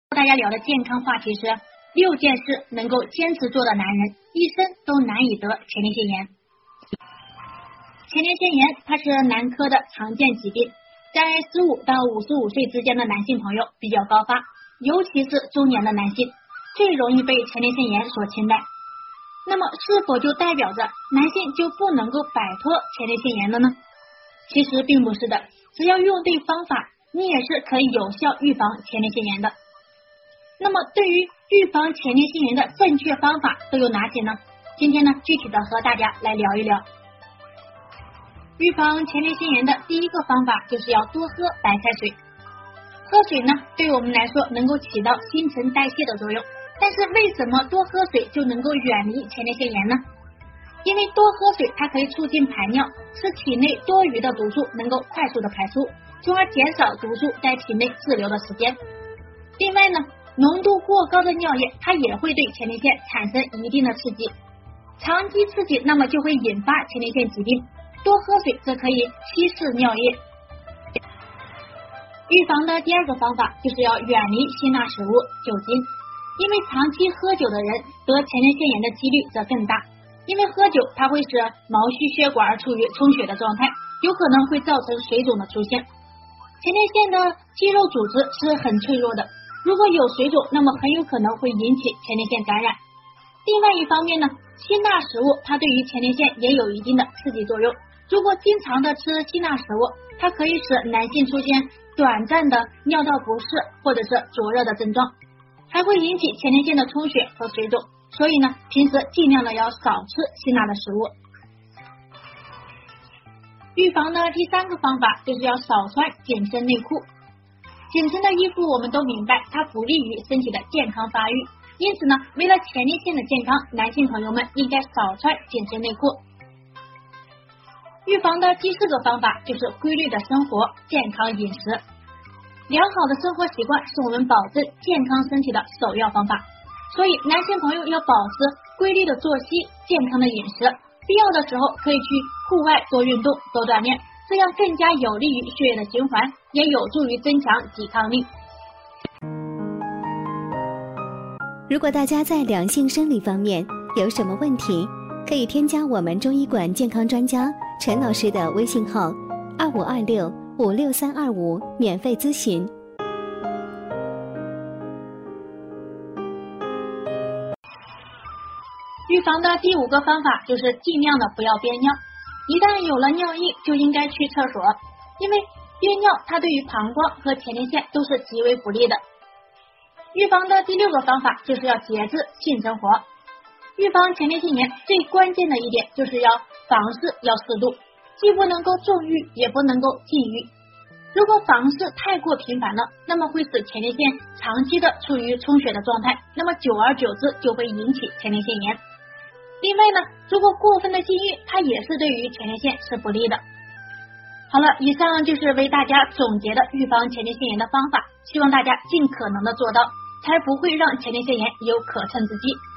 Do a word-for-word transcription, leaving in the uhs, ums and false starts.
大家聊的健康话题是六件事能够坚持做的男人一生都难以得前列腺炎。前列腺炎它是男科的常见疾病，在十五到五十五岁之间的男性朋友比较高发，尤其是中年的男性最容易被前列腺炎所侵害。那么是否就代表着男性就不能够摆脱前列腺炎了呢？其实并不是的，只要用对方法，你也是可以有效预防前列腺炎的。那么对于预防前列腺炎的正确方法都有哪些呢？今天呢，具体的和大家来聊一聊。预防前列腺炎的第一个方法就是要多喝白开水。喝水呢，对我们来说能够起到新陈代谢的作用，但是为什么多喝水就能够远离前列腺炎呢？因为多喝水它可以促进排尿，使体内多余的毒素能够快速的排出，从而减少毒素在体内滞留的时间。另外呢，浓度过高的尿液它也会对前列腺产生一定的刺激，长期刺激那么就会引发前列腺疾病，多喝水则可以稀释尿液。预防的第二个方法就是要远离辛辣食物、酒精，因为长期喝酒的人得前列腺炎的几率则更大，因为喝酒它会使毛细血管处于充血的状态，有可能会造成水肿的出现。前列腺的肌肉组织是很脆弱的，如果有水肿，那么很有可能会引起前列腺感染。另外一方面呢，辛辣食物它对于前列腺也有一定的刺激作用，如果经常的吃辛辣食物，它可以使男性出现短暂的尿道不适或者是灼热的症状，还会引起前列腺的充血和水肿，所以呢，平时尽量的要少吃辛辣的食物。预防的第三个方法就是要少穿紧身内裤。紧身的衣服我们都明白，它不利于身体的健康发育，因此呢，为了前列腺的健康，男性朋友们应该少穿紧身内裤。预防的第四个方法就是规律的生活、健康饮食。良好的生活习惯是我们保证健康身体的首要方法，所以男性朋友要保持规律的作息、健康的饮食，必要的时候可以去户外多运动、多锻炼，这样更加有利于血液的循环，也有助于增强抵抗力。 如果大家在两性生理方面有什么问题，可以添加我们中医馆健康专家陈老师的微信号二五二六五六三二五免费咨询。 预防的第五个方法就是尽量的不要憋尿，一旦有了尿意就应该去厕所，因为憋尿它对于膀胱和前列腺都是极为不利的。预防的第六个方法就是要节制性生活。预防前列腺炎最关键的一点就是要房事要适度，既不能够纵欲也不能够禁欲。如果房事太过频繁了，那么会使前列腺长期的处于充血的状态，那么久而久之就会引起前列腺炎。另外呢，如果过分的禁欲，它也是对于前列腺是不利的。好了，以上就是为大家总结的预防前列腺炎的方法，希望大家尽可能的做到，才不会让前列腺炎有可乘之机。